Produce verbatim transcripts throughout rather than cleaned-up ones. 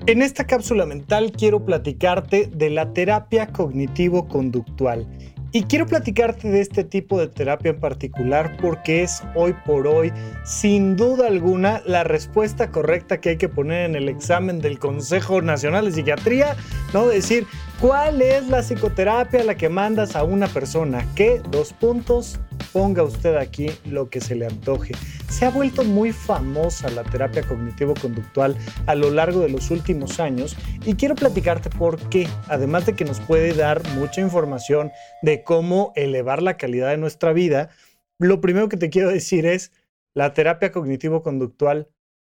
En esta cápsula mental quiero platicarte de la terapia cognitivo-conductual. Y quiero platicarte de este tipo de terapia en particular porque es hoy por hoy, sin duda alguna, la respuesta correcta que hay que poner en el examen del Consejo Nacional de Psiquiatría, ¿no? Decir, ¿cuál es la psicoterapia a la que mandas a una persona? ¿Qué? Dos puntos. Ponga usted aquí lo que se le antoje. Se ha vuelto muy famosa la terapia cognitivo-conductual a lo largo de los últimos años y quiero platicarte por qué, además de que nos puede dar mucha información de cómo elevar la calidad de nuestra vida. Lo primero que te quiero decir es, la terapia cognitivo-conductual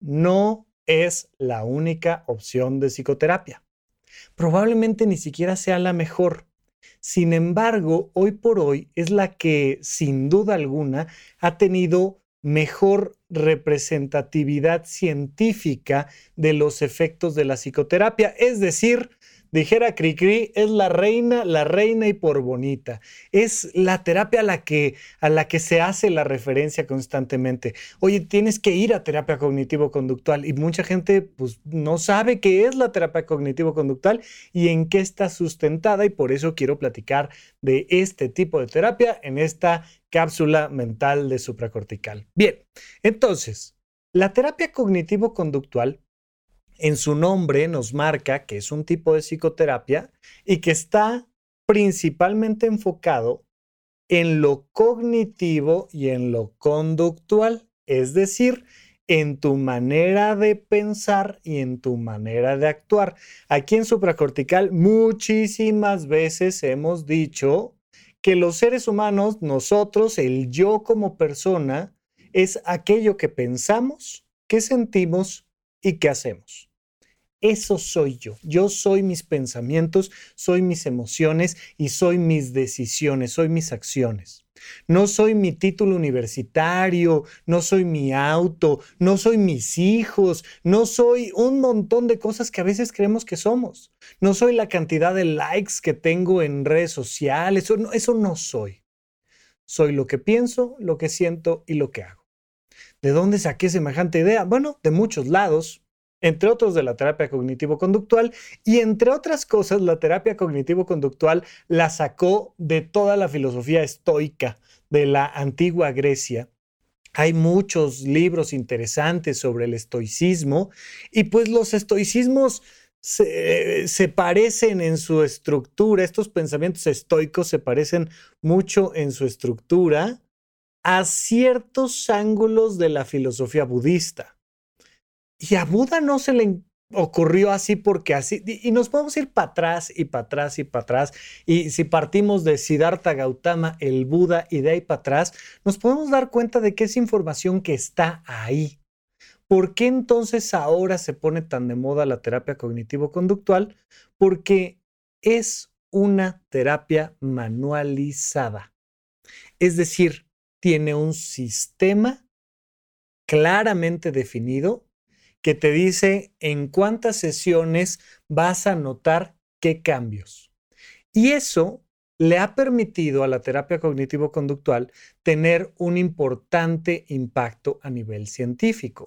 no es la única opción de psicoterapia. Probablemente ni siquiera sea la mejor. Sin embargo, hoy por hoy es la que, sin duda alguna, ha tenido mejor representatividad científica de los efectos de la psicoterapia. Es decir, dijera Cricri, es la reina, la reina y por bonita. Es la terapia a la que, a la que se hace la referencia constantemente. Oye, tienes que ir a terapia cognitivo-conductual y mucha gente pues, no sabe qué es la terapia cognitivo-conductual y en qué está sustentada, y por eso quiero platicar de este tipo de terapia en esta cápsula mental de supracortical. Bien, entonces, la terapia cognitivo-conductual en su nombre nos marca que es un tipo de psicoterapia y que está principalmente enfocado en lo cognitivo y en lo conductual, es decir, en tu manera de pensar y en tu manera de actuar. Aquí en supracortical muchísimas veces hemos dicho que los seres humanos, nosotros, el yo como persona, es aquello que pensamos, que sentimos y que hacemos. Eso soy yo. Yo soy mis pensamientos, soy mis emociones y soy mis decisiones, soy mis acciones. No soy mi título universitario, no soy mi auto, no soy mis hijos, no soy un montón de cosas que a veces creemos que somos. No soy la cantidad de likes que tengo en redes sociales, eso no, eso no soy. Soy lo que pienso, lo que siento y lo que hago. ¿De dónde saqué semejante idea? Bueno, de muchos lados. Entre otros de la terapia cognitivo-conductual, y entre otras cosas la terapia cognitivo-conductual la sacó de toda la filosofía estoica de la antigua Grecia. Hay muchos libros interesantes sobre el estoicismo y pues los estoicismos se, se parecen en su estructura, estos pensamientos estoicos se parecen mucho en su estructura a ciertos ángulos de la filosofía budista. Y a Buda no se le ocurrió así porque así, y nos podemos ir para atrás y para atrás y para atrás, y si partimos de Siddhartha Gautama, el Buda, y de ahí para atrás, nos podemos dar cuenta de que es información que está ahí. ¿Por qué entonces ahora se pone tan de moda la terapia cognitivo-conductual? Porque es una terapia manualizada. Es decir, tiene un sistema claramente definido que te dice en cuántas sesiones vas a notar qué cambios. Y eso le ha permitido a la terapia cognitivo-conductual tener un importante impacto a nivel científico.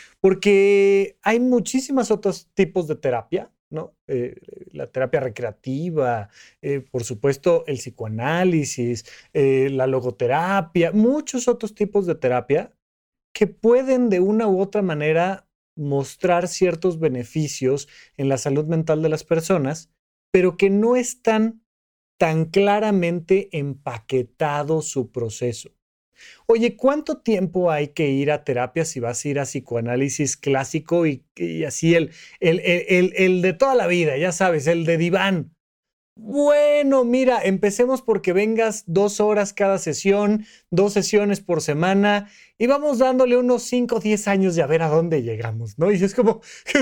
Porque hay muchísimos otros tipos de terapia, ¿no? Eh, la terapia recreativa, eh, por supuesto el psicoanálisis, eh, la logoterapia, muchos otros tipos de terapia que pueden de una u otra manera mostrar ciertos beneficios en la salud mental de las personas, pero que no están tan claramente empaquetado su proceso. Oye, ¿cuánto tiempo hay que ir a terapia si vas a ir a psicoanálisis clásico y, y así el, el, el, el, el de toda la vida, ya sabes, el de diván? Bueno, mira, empecemos porque vengas dos horas cada sesión, dos sesiones por semana y vamos dándole unos cinco o diez años y a ver a dónde llegamos, ¿no? Y es como,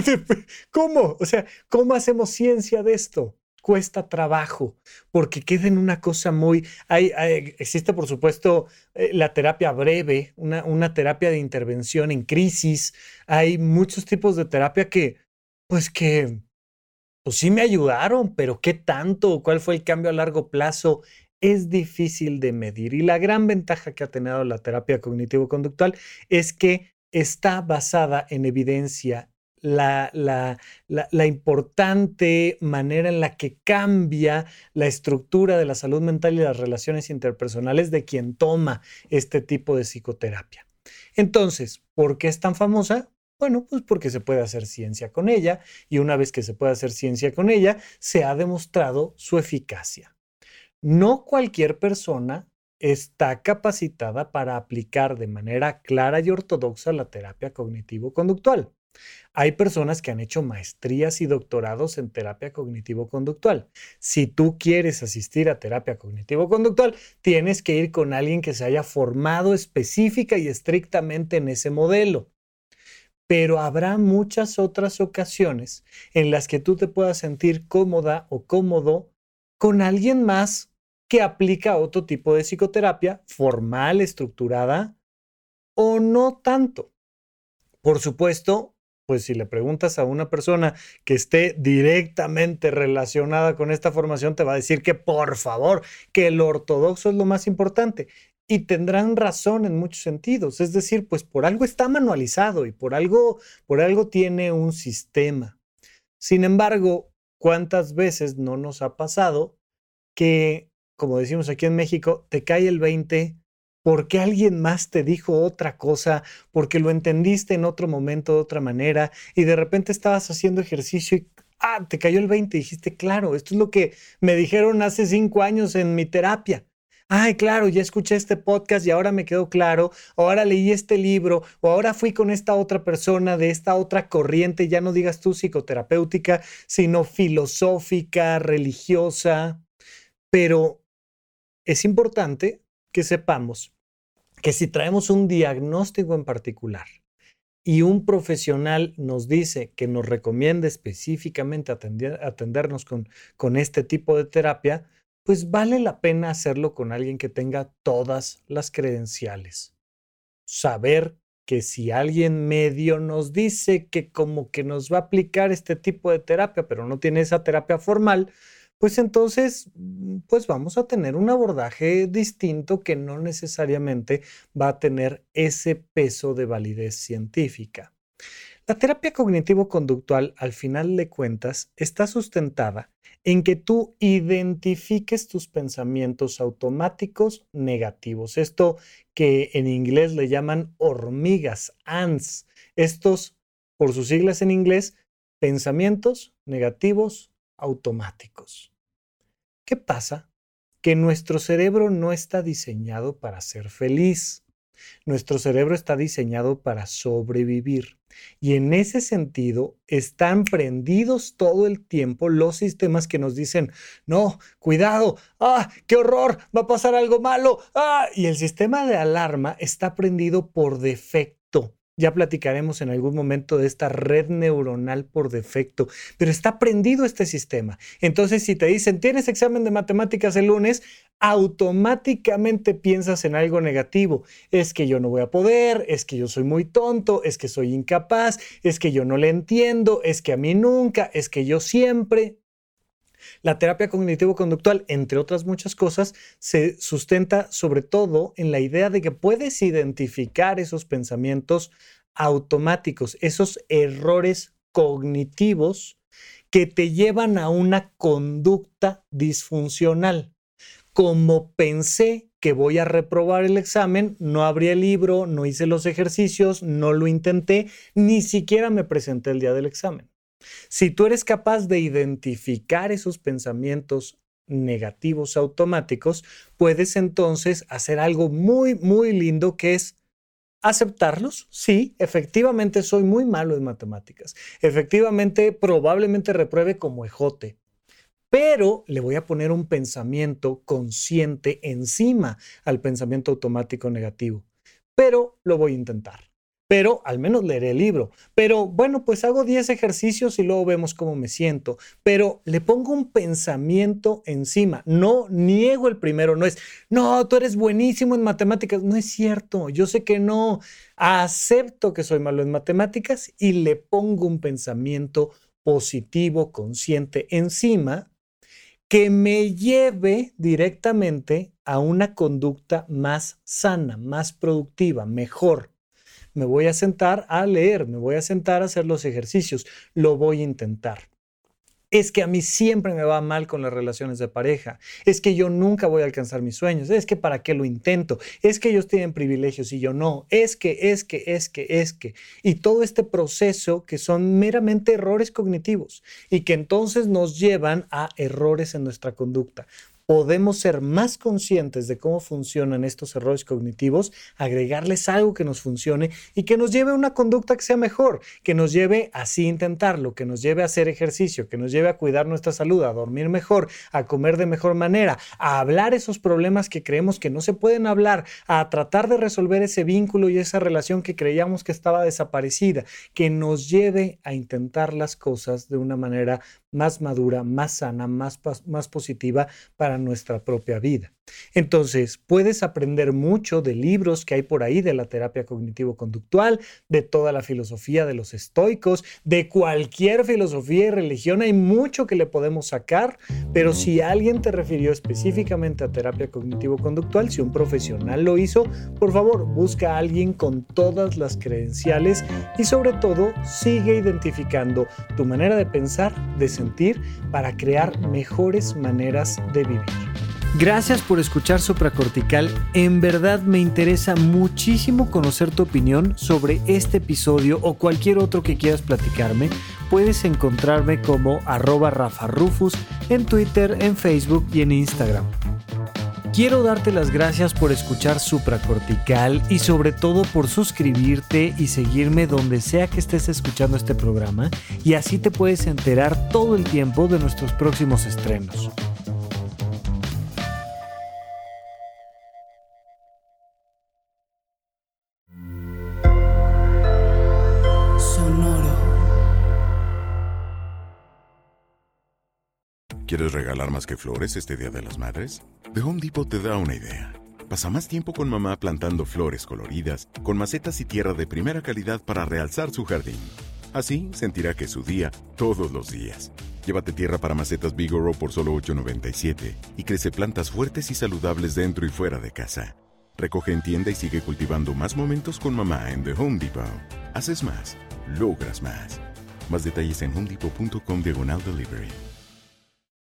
¿cómo? O sea, ¿cómo hacemos ciencia de esto? Cuesta trabajo, porque queda en una cosa muy... Hay, hay, existe, por supuesto, eh, la terapia breve, una, una terapia de intervención en crisis. Hay muchos tipos de terapia que, pues que... Pues sí me ayudaron, pero ¿qué tanto? ¿Cuál fue el cambio a largo plazo? Es difícil de medir. Y la gran ventaja que ha tenido la terapia cognitivo-conductual es que está basada en evidencia la, la, la, la importante manera en la que cambia la estructura de la salud mental y las relaciones interpersonales de quien toma este tipo de psicoterapia. Entonces, ¿por qué es tan famosa? Bueno, pues porque se puede hacer ciencia con ella y una vez que se puede hacer ciencia con ella, se ha demostrado su eficacia. No cualquier persona está capacitada para aplicar de manera clara y ortodoxa la terapia cognitivo-conductual. Hay personas que han hecho maestrías y doctorados en terapia cognitivo-conductual. Si tú quieres asistir a terapia cognitivo-conductual, tienes que ir con alguien que se haya formado específica y estrictamente en ese modelo. Pero habrá muchas otras ocasiones en las que tú te puedas sentir cómoda o cómodo con alguien más que aplica otro tipo de psicoterapia formal, estructurada o no tanto. Por supuesto, pues si le preguntas a una persona que esté directamente relacionada con esta formación, te va a decir que por favor, que el ortodoxo es lo más importante. Y tendrán razón en muchos sentidos. Es decir, pues por algo está manualizado y por algo, por algo tiene un sistema. Sin embargo, ¿cuántas veces no nos ha pasado que, como decimos aquí en México, te cae el veinte porque alguien más te dijo otra cosa, porque lo entendiste en otro momento de otra manera y de repente estabas haciendo ejercicio y ah, te cayó el veinte y dijiste, claro, esto es lo que me dijeron hace cinco años en mi terapia. Ay, claro, ya escuché este podcast y ahora me quedó claro, ahora leí este libro o ahora fui con esta otra persona de esta otra corriente, ya no digas tú psicoterapéutica, sino filosófica, religiosa. Pero es importante que sepamos que si traemos un diagnóstico en particular y un profesional nos dice que nos recomienda específicamente atender, atendernos con, con este tipo de terapia, pues vale la pena hacerlo con alguien que tenga todas las credenciales. Saber que si alguien medio nos dice que como que nos va a aplicar este tipo de terapia, pero no tiene esa terapia formal, pues entonces, pues vamos a tener un abordaje distinto que no necesariamente va a tener ese peso de validez científica. La terapia cognitivo-conductual, al final de cuentas, está sustentada en que tú identifiques tus pensamientos automáticos negativos. Esto que en inglés le llaman hormigas, ants. Estos, por sus siglas en inglés, pensamientos negativos automáticos. ¿Qué pasa? Que nuestro cerebro no está diseñado para ser feliz. Nuestro cerebro está diseñado para sobrevivir. Y en ese sentido, están prendidos todo el tiempo los sistemas que nos dicen, no, cuidado, ah, qué horror, va a pasar algo malo, ah, y el sistema de alarma está prendido por defecto. Ya platicaremos en algún momento de esta red neuronal por defecto, pero está prendido este sistema. Entonces, si te dicen, tienes examen de matemáticas el lunes, automáticamente piensas en algo negativo. Es que yo no voy a poder, es que yo soy muy tonto, es que soy incapaz, es que yo no le entiendo, es que a mí nunca, es que yo siempre. La terapia cognitivo-conductual, entre otras muchas cosas, se sustenta sobre todo en la idea de que puedes identificar esos pensamientos automáticos, esos errores cognitivos que te llevan a una conducta disfuncional. Como pensé que voy a reprobar el examen, no abrí el libro, no hice los ejercicios, no lo intenté, ni siquiera me presenté el día del examen. Si tú eres capaz de identificar esos pensamientos negativos automáticos, puedes entonces hacer algo muy, muy lindo que es aceptarlos. Sí, efectivamente soy muy malo en matemáticas. Efectivamente, probablemente repruebe como ejote. Pero le voy a poner un pensamiento consciente encima al pensamiento automático negativo. Pero lo voy a intentar. Pero al menos leeré el libro. Pero bueno, pues hago diez ejercicios y luego vemos cómo me siento. Pero le pongo un pensamiento encima. No niego el primero. No es, no, tú eres buenísimo en matemáticas. No es cierto. Yo sé que no. Acepto que soy malo en matemáticas y le pongo un pensamiento positivo, consciente encima que me lleve directamente a una conducta más sana, más productiva, mejor. me voy a sentar a leer, me voy a sentar a hacer los ejercicios, lo voy a intentar. Es que a mí siempre me va mal con las relaciones de pareja. Es que yo nunca voy a alcanzar mis sueños. Es que para qué lo intento. Es que ellos tienen privilegios y yo no. Es que, es que, es que, es que. Y todo este proceso que son meramente errores cognitivos y que entonces nos llevan a errores en nuestra conducta. Podemos ser más conscientes de cómo funcionan estos errores cognitivos, agregarles algo que nos funcione y que nos lleve a una conducta que sea mejor, que nos lleve a así intentarlo, que nos lleve a hacer ejercicio, que nos lleve a cuidar nuestra salud, a dormir mejor, a comer de mejor manera, a hablar esos problemas que creemos que no se pueden hablar, a tratar de resolver ese vínculo y esa relación que creíamos que estaba desaparecida, que nos lleve a intentar las cosas de una manera más madura, más sana, más, más positiva para nuestra propia vida. Entonces, puedes aprender mucho de libros que hay por ahí de la terapia cognitivo-conductual, de toda la filosofía de los estoicos, de cualquier filosofía y religión. Hay mucho que le podemos sacar, pero si alguien te refirió específicamente a terapia cognitivo-conductual, si un profesional lo hizo, por favor, busca a alguien con todas las credenciales y sobre todo, sigue identificando tu manera de pensar, de sentir, para crear mejores maneras de vivir. Gracias por escuchar Supracortical. En verdad me interesa muchísimo conocer tu opinión sobre este episodio o cualquier otro que quieras platicarme. Puedes encontrarme como arroba Rafa Rufus en Twitter, en Facebook y en Instagram. Quiero darte las gracias por escuchar Supracortical y sobre todo por suscribirte y seguirme donde sea que estés escuchando este programa, y así te puedes enterar todo el tiempo de nuestros próximos estrenos. ¿Quieres regalar más que flores este Día de las Madres? The Home Depot te da una idea. Pasa más tiempo con mamá plantando flores coloridas, con macetas y tierra de primera calidad para realzar su jardín. Así sentirá que es su día todos los días. Llévate tierra para macetas Bigoro por solo ocho noventa y siete y crece plantas fuertes y saludables dentro y fuera de casa. Recoge en tienda y sigue cultivando más momentos con mamá en The Home Depot. Haces más, logras más. Más detalles en homedepot punto com diagonal delivery.